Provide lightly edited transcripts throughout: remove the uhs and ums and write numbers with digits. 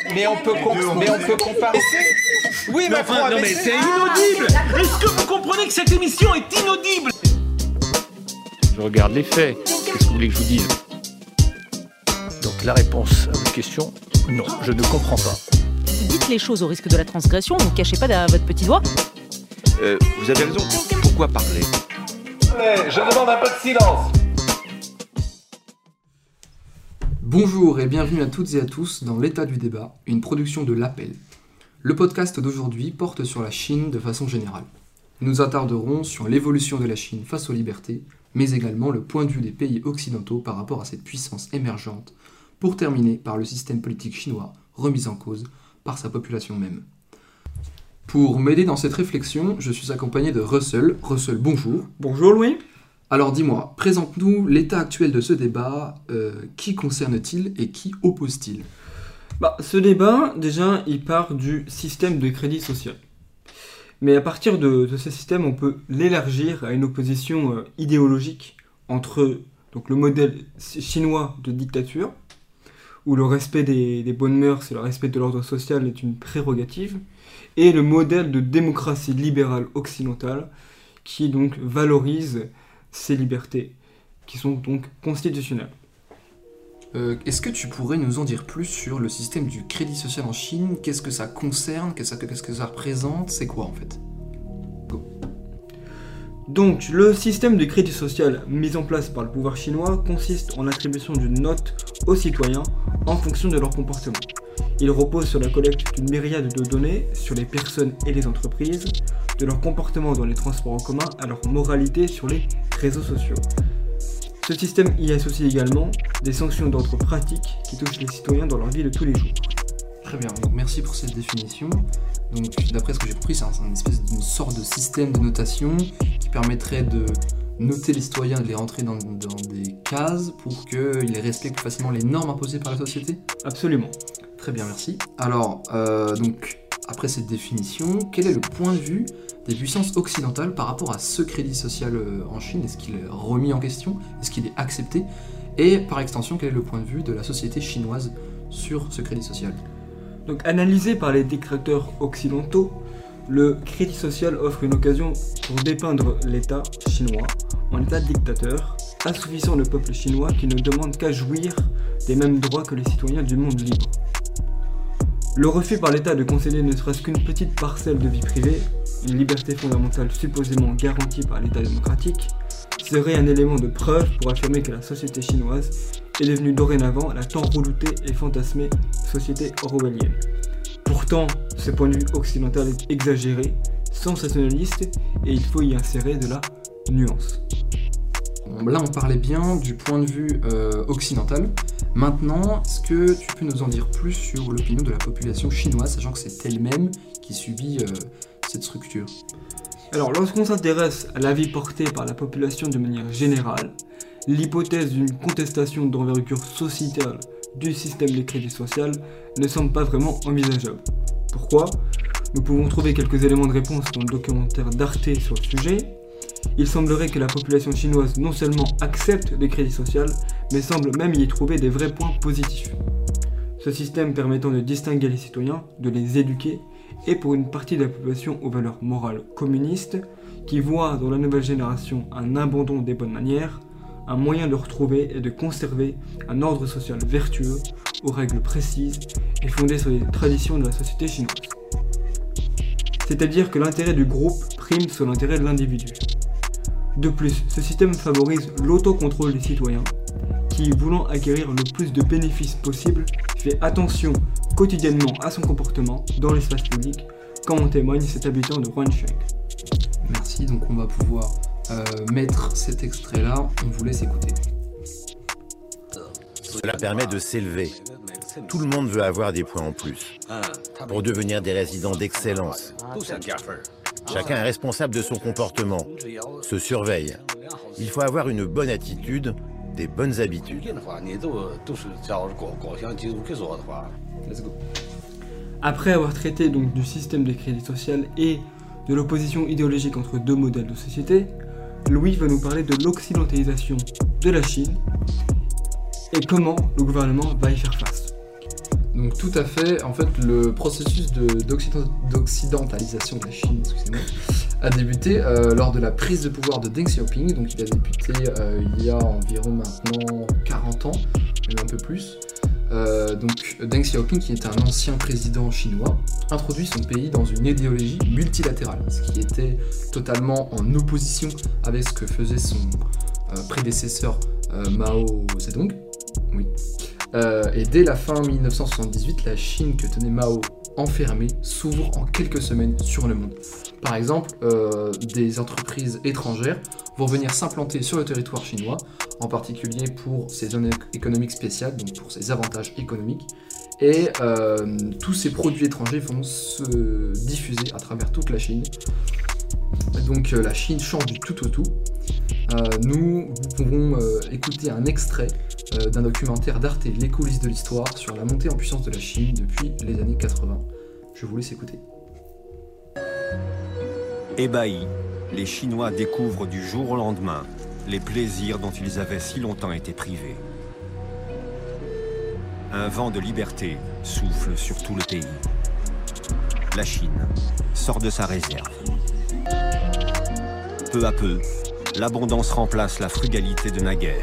Mais on peut comparer. Oui, mais Macron enfin, non mais c'est inaudible. Est-ce que vous comprenez que cette émission est inaudible? Je regarde les faits. Qu'est-ce que vous voulez que je vous dise? Donc la réponse à votre question, non, je ne comprends pas. Dites les choses au risque de la transgression, ne cachez pas derrière votre petit doigt. Vous avez raison. Pourquoi parler? Je demande un peu de silence. Bonjour et bienvenue à toutes et à tous dans l'État du débat, une production de l'Appel. Le podcast d'aujourd'hui porte sur la Chine de façon générale. Nous nous attarderons sur l'évolution de la Chine face aux libertés, mais également le point de vue des pays occidentaux par rapport à cette puissance émergente, pour terminer par le système politique chinois remis en cause par sa population même. Pour m'aider dans cette réflexion, je suis accompagné de Russell. Russell, bonjour. Bonjour Louis. Alors dis-moi, présente-nous l'état actuel de ce débat, qui concerne-t-il et qui oppose-t-il ? Ce débat, déjà, il part du système de crédit social. Mais à partir de ce système, on peut l'élargir à une opposition idéologique entre donc, le modèle chinois de dictature, où le respect des bonnes mœurs et le respect de l'ordre social est une prérogative, et le modèle de démocratie libérale occidentale, qui donc valorise ces libertés, qui sont donc constitutionnelles. Est-ce que tu pourrais nous en dire plus sur le système du crédit social en Chine ? Qu'est-ce que ça concerne ? Qu'est-ce que ça représente ? C'est quoi en fait ? Donc, le système de crédit social mis en place par le pouvoir chinois consiste en l'attribution d'une note aux citoyens en fonction de leur comportement. Il repose sur la collecte d'une myriade de données sur les personnes et les entreprises, de leur comportement dans les transports en commun à leur moralité sur les réseaux sociaux. Ce système y associe également des sanctions d'ordre pratique qui touchent les citoyens dans leur vie de tous les jours. Très bien, donc merci pour cette définition. Donc, d'après ce que j'ai compris, c'est une espèce d'une sorte de système de notation qui permettrait de noter les citoyens, de les rentrer dans des cases pour qu'ils respectent plus facilement les normes imposées par la société ? Absolument. Très bien, merci. Alors, donc, après cette définition, quel est le point de vue des puissances occidentales par rapport à ce crédit social en Chine ? Est-ce qu'il est remis en question ? Est-ce qu'il est accepté ? Et par extension, quel est le point de vue de la société chinoise sur ce crédit social ? Donc, analysé par les détracteurs occidentaux, le crédit social offre une occasion pour dépeindre l'État chinois en État dictateur, assouvissant le peuple chinois qui ne demande qu'à jouir des mêmes droits que les citoyens du monde libre. Le refus par l'État de concéder ne serait-ce qu'une petite parcelle de vie privée, une liberté fondamentale supposément garantie par l'État démocratique, serait un élément de preuve pour affirmer que la société chinoise est devenue dorénavant la tant redoutée et fantasmée société orwellienne. Pourtant, ce point de vue occidental est exagéré, sensationnaliste, et il faut y insérer de la nuance. Là, on parlait bien du point de vue occidental. Maintenant, est-ce que tu peux nous en dire plus sur l'opinion de la population chinoise, sachant que c'est elle-même qui subit cette structure ? Alors, lorsqu'on s'intéresse à l'avis porté par la population de manière générale, l'hypothèse d'une contestation d'envergure sociétale du système de crédit social ne semble pas vraiment envisageable. Pourquoi ? Nous pouvons trouver quelques éléments de réponse dans le documentaire d'Arte sur le sujet. Il semblerait que la population chinoise non seulement accepte le crédit social, mais semble même y trouver des vrais points positifs. Ce système permettant de distinguer les citoyens, de les éduquer, et pour une partie de la population aux valeurs morales communistes, qui voit dans la nouvelle génération un abandon des bonnes manières, un moyen de retrouver et de conserver un ordre social vertueux, aux règles précises et fondées sur les traditions de la société chinoise. C'est-à-dire que l'intérêt du groupe prime sur l'intérêt de l'individu. De plus, ce système favorise l'autocontrôle des citoyens, qui, voulant acquérir le plus de bénéfices possible, fait attention quotidiennement à son comportement dans l'espace public, comme en témoigne cet habitant de Huanshan. Merci, donc on va pouvoir mettre cet extrait-là, on vous laisse écouter. Cela permet de s'élever. Tout le monde veut avoir des points en plus, pour devenir des résidents d'excellence. Chacun est responsable de son comportement, se surveille. Il faut avoir une bonne attitude, des bonnes habitudes. Après avoir traité donc du système de crédit social et de l'opposition idéologique entre deux modèles de société, Louis va nous parler de l'occidentalisation de la Chine et comment le gouvernement va y faire face. Donc Donc tout à fait, en fait le processus d'occidentalisation de la Chine, excusez-moi, a débuté lors de la prise de pouvoir de Deng Xiaoping. Donc il a débuté il y a environ maintenant 40 ans, même un peu plus. Donc Deng Xiaoping, qui est un ancien président chinois, introduit son pays dans une idéologie multilatérale, ce qui était totalement en opposition avec ce que faisait son prédécesseur Mao Zedong. Oui. Et dès la fin 1978, la Chine que tenait Mao enfermée s'ouvre en quelques semaines sur le monde. Par exemple, des entreprises étrangères vont venir s'implanter sur le territoire chinois, en particulier pour ses zones économiques spéciales, donc pour ses avantages économiques, et tous ces produits étrangers vont se diffuser à travers toute la Chine. Donc la Chine change du tout au tout. Nous pouvons écouter un extrait d'un documentaire d'Arte, Les coulisses de l'histoire, sur la montée en puissance de la Chine depuis les années 80. Je vous laisse écouter. Ébahis, les Chinois découvrent du jour au lendemain les plaisirs dont ils avaient si longtemps été privés. Un vent de liberté souffle sur tout le pays. La Chine sort de sa réserve. Peu à peu, l'abondance remplace la frugalité de naguère.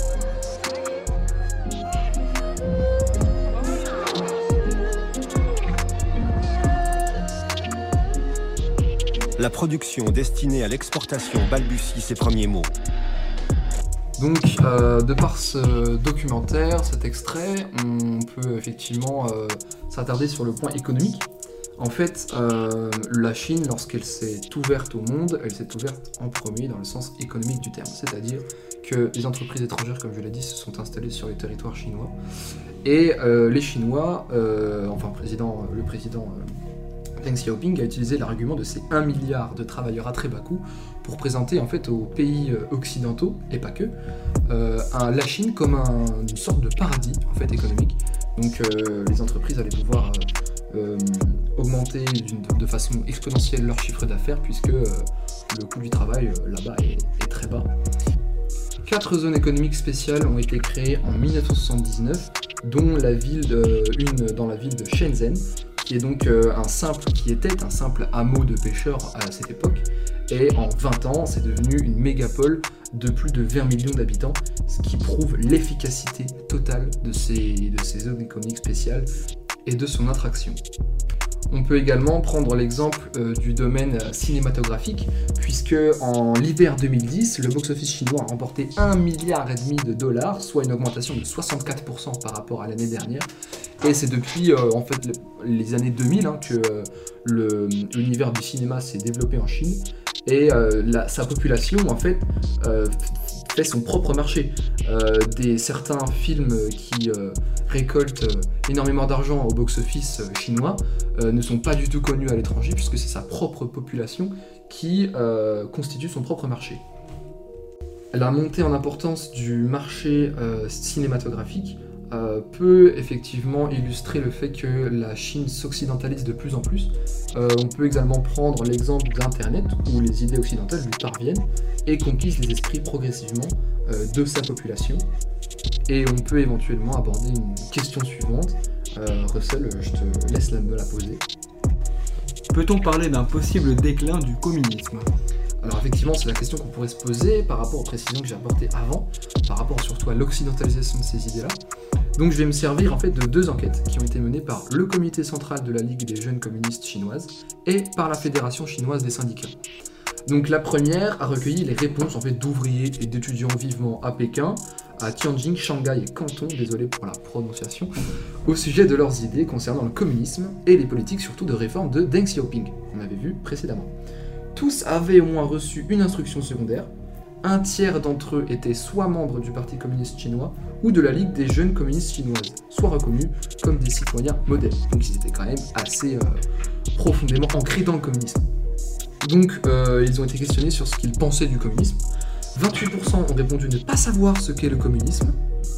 La production destinée à l'exportation balbutie ses premiers mots. Donc, de par ce documentaire, cet extrait, on peut effectivement s'attarder sur le point économique. En fait, la Chine, lorsqu'elle s'est ouverte au monde, elle s'est ouverte en premier dans le sens économique du terme. C'est-à-dire que les entreprises étrangères, comme je l'ai dit, se sont installées sur les territoires chinois. Et les Chinois, enfin le président Deng Xiaoping a utilisé l'argument de ces 1 milliard de travailleurs à très bas coût pour présenter en fait aux pays occidentaux, et pas que, la Chine comme une sorte de paradis en fait économique. Donc les entreprises allaient pouvoir augmenter de façon exponentielle leur chiffre d'affaires puisque le coût du travail là-bas est très bas. 4 zones économiques spéciales ont été créées en 1979, dont une dans la ville de Shenzhen, qui était un simple hameau de pêcheurs à cette époque, et en 20 ans, c'est devenu une mégapole de plus de 20 millions d'habitants, ce qui prouve l'efficacité totale de ces zones économiques spéciales et de son attraction. On peut également prendre l'exemple du domaine cinématographique, puisque en l'hiver 2010, le box-office chinois a remporté 1,5 milliard de dollars, soit une augmentation de 64% par rapport à l'année dernière. Et c'est depuis les années 2000 que l'univers du cinéma s'est développé en Chine, et sa population en fait fait son propre marché. Certains films qui récoltent énormément d'argent au box-office chinois ne sont pas du tout connus à l'étranger, puisque c'est sa propre population qui constitue son propre marché. La montée en importance du marché cinématographique peut effectivement illustrer le fait que la Chine s'occidentalise de plus en plus. On peut également prendre l'exemple d'Internet, où les idées occidentales lui parviennent et conquisent les esprits progressivement de sa population. Et on peut éventuellement aborder une question suivante. Russell, je te laisse me la poser. Peut-on parler d'un possible déclin du communisme ? Alors effectivement, c'est la question qu'on pourrait se poser par rapport aux précisions que j'ai apportées avant, par rapport surtout à l'occidentalisation de ces idées-là. Donc je vais me servir en fait de 2 enquêtes qui ont été menées par le comité central de la Ligue des jeunes communistes chinoises et par la Fédération chinoise des syndicats. Donc la première a recueilli les réponses en fait d'ouvriers et d'étudiants vivant à Pékin, à Tianjin, Shanghai et Canton, désolé pour la prononciation, au sujet de leurs idées concernant le communisme et les politiques surtout de réforme de Deng Xiaoping, qu'on avait vu précédemment. Tous avaient au moins reçu une instruction secondaire. Un tiers d'entre eux étaient soit membres du Parti communiste chinois ou de la Ligue des jeunes communistes chinoises, soit reconnus comme des citoyens modèles. Donc ils étaient quand même assez profondément ancrés dans le communisme. Donc ils ont été questionnés sur ce qu'ils pensaient du communisme. 28% ont répondu ne pas savoir ce qu'est le communisme.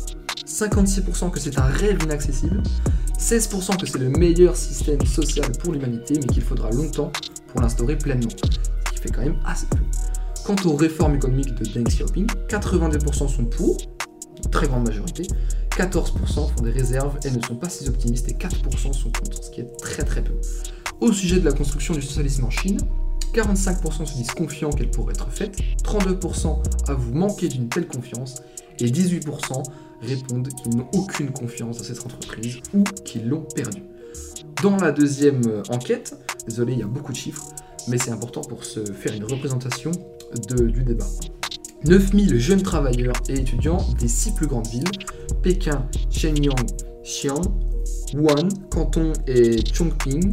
56% que c'est un rêve inaccessible. 16% que c'est le meilleur système social pour l'humanité, mais qu'il faudra longtemps pour l'instaurer pleinement. Ce qui fait quand même assez peu. Quant aux réformes économiques de Deng Xiaoping, 82% sont pour, une très grande majorité, 14% font des réserves et ne sont pas si optimistes, et 4% sont contre, ce qui est très très peu. Au sujet de la construction du socialisme en Chine, 45% se disent confiants qu'elle pourrait être faite, 32% avouent manquer d'une telle confiance, et 18% répondent qu'ils n'ont aucune confiance dans cette entreprise ou qu'ils l'ont perdue. Dans la deuxième enquête, désolé, il y a beaucoup de chiffres, mais c'est important pour se faire une représentation du débat. 9000 jeunes travailleurs et étudiants des 6 plus grandes villes, Pékin, Shenyang, Xi'an, Wuhan, Canton et Chongqing,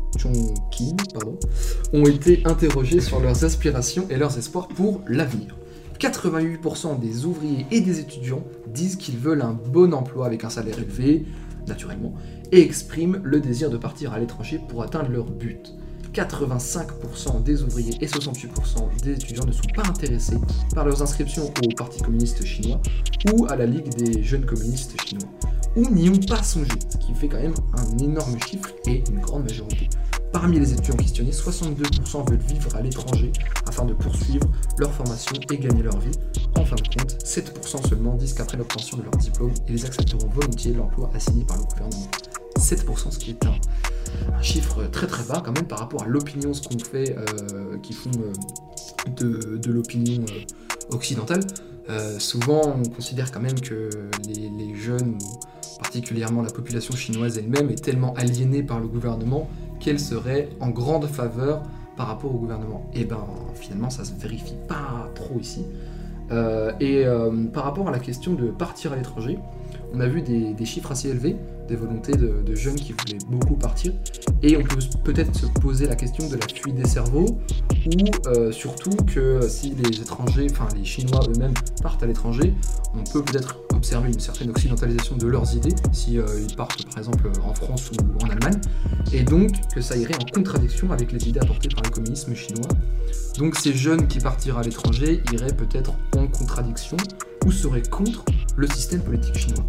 ont été interrogés sur leurs aspirations et leurs espoirs pour l'avenir. 88% des ouvriers et des étudiants disent qu'ils veulent un bon emploi avec un salaire élevé, naturellement, et expriment le désir de partir à l'étranger pour atteindre leur but. 85% des ouvriers et 68% des étudiants ne sont pas intéressés par leurs inscriptions au Parti communiste chinois ou à la Ligue des jeunes communistes chinois, ou n'y ont pas songé, ce qui fait quand même un énorme chiffre et une grande majorité. Parmi les étudiants questionnés, 62% veulent vivre à l'étranger afin de poursuivre leur formation et gagner leur vie. En fin de compte, 7% seulement disent qu'après l'obtention de leur diplôme, ils accepteront volontiers l'emploi assigné par le gouvernement. 7%, ce qui est un chiffre très très bas quand même par rapport à l'opinion, ce qu'on fait, qui font de l'opinion occidentale. Souvent, on considère quand même que les jeunes, ou particulièrement la population chinoise elle-même, est tellement aliénée par le gouvernement qu'elle serait en grande faveur par rapport au gouvernement. Et ben finalement, ça se vérifie pas trop ici. Par rapport à la question de partir à l'étranger, on a vu des chiffres assez élevés, des volontés de jeunes qui voulaient beaucoup partir, et on peut peut-être se poser la question de la fuite des cerveaux, ou surtout que si les étrangers, enfin les Chinois eux-mêmes partent à l'étranger, on peut peut-être observer une certaine occidentalisation de leurs idées, si ils partent par exemple en France ou en Allemagne, et donc que ça irait en contradiction avec les idées apportées par le communisme chinois. Donc ces jeunes qui partiraient à l'étranger iraient peut-être en contradiction ou seraient contre le système politique chinois.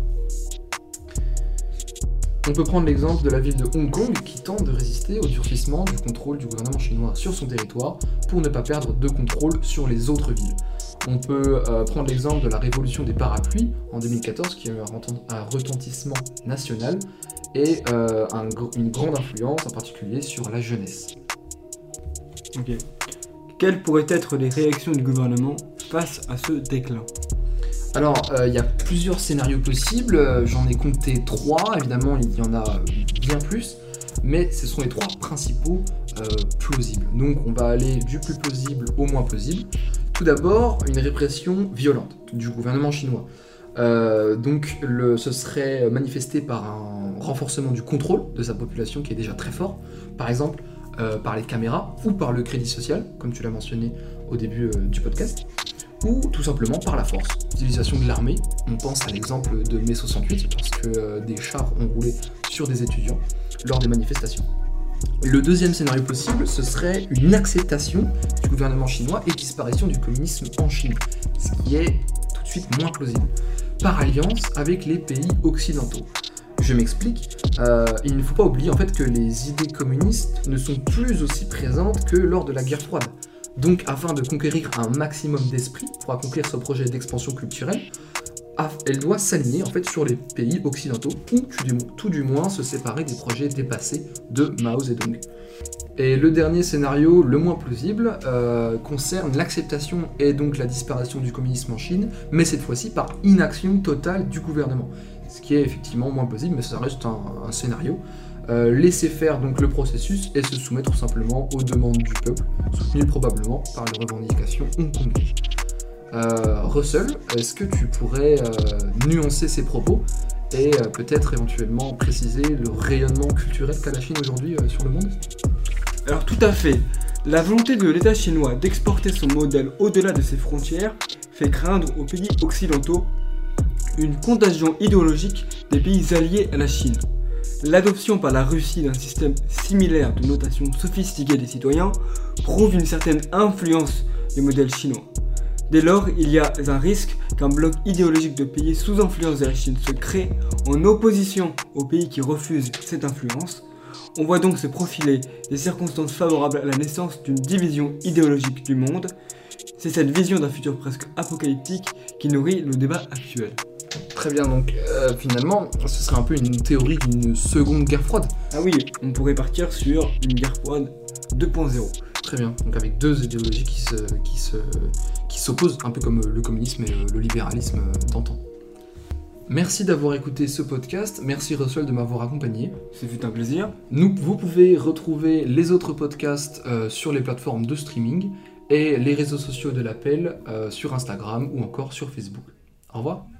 On peut prendre l'exemple de la ville de Hong Kong qui tente de résister au durcissement du contrôle du gouvernement chinois sur son territoire pour ne pas perdre de contrôle sur les autres villes. On peut prendre l'exemple de la révolution des parapluies en 2014 qui a eu un retentissement national et une grande influence en particulier sur la jeunesse. Ok. Quelles pourraient être les réactions du gouvernement face à ce déclin ? Alors, il y a plusieurs scénarios possibles, j'en ai compté 3, évidemment il y en a bien plus, mais ce sont les 3 principaux plausibles. Donc on va aller du plus plausible au moins plausible. Tout d'abord, une répression violente du gouvernement chinois. Ce serait manifesté par un renforcement du contrôle de sa population qui est déjà très fort, par exemple par les caméras ou par le crédit social, comme tu l'as mentionné au début du podcast, ou tout simplement par la force, l'utilisation de l'armée. On pense à l'exemple de mai 68, lorsque des chars ont roulé sur des étudiants lors des manifestations. Le deuxième scénario possible, ce serait une acceptation du gouvernement chinois et disparition du communisme en Chine, ce qui est tout de suite moins plausible, par alliance avec les pays occidentaux. Je m'explique, il ne faut pas oublier en fait que les idées communistes ne sont plus aussi présentes que lors de la guerre froide. Donc afin de conquérir un maximum d'esprit pour accomplir ce projet d'expansion culturelle, elle doit s'aligner en fait sur les pays occidentaux ou tout du moins se séparer des projets dépassés de Mao Zedong. Et le dernier scénario, le moins plausible, concerne l'acceptation et donc la disparition du communisme en Chine, mais cette fois-ci par inaction totale du gouvernement. Ce qui est effectivement moins plausible, mais ça reste un scénario. Laisser faire donc le processus et se soumettre tout simplement aux demandes du peuple, soutenues probablement par les revendications hongkongaises. Russell, est-ce que tu pourrais nuancer ces propos et peut-être éventuellement préciser le rayonnement culturel qu'a la Chine aujourd'hui sur le monde ? Alors tout à fait. La volonté de l'État chinois d'exporter son modèle au-delà de ses frontières fait craindre aux pays occidentaux une contagion idéologique des pays alliés à la Chine. L'adoption par la Russie d'un système similaire de notation sophistiquée des citoyens prouve une certaine influence du modèle chinois. Dès lors, il y a un risque qu'un bloc idéologique de pays sous influence de la Chine se crée en opposition aux pays qui refusent cette influence. On voit donc se profiler des circonstances favorables à la naissance d'une division idéologique du monde. C'est cette vision d'un futur presque apocalyptique qui nourrit le débat actuel. Très bien, donc finalement, ce serait un peu une théorie d'une seconde guerre froide. Ah oui, on pourrait partir sur une guerre froide 2.0. Très bien, donc avec deux idéologies qui s'opposent, un peu comme le communisme et le libéralisme d'antan. Merci d'avoir écouté ce podcast, merci Russell de m'avoir accompagné. Ce fut un plaisir. Vous pouvez retrouver les autres podcasts sur les plateformes de streaming et les réseaux sociaux de l'appel sur Instagram ou encore sur Facebook. Au revoir.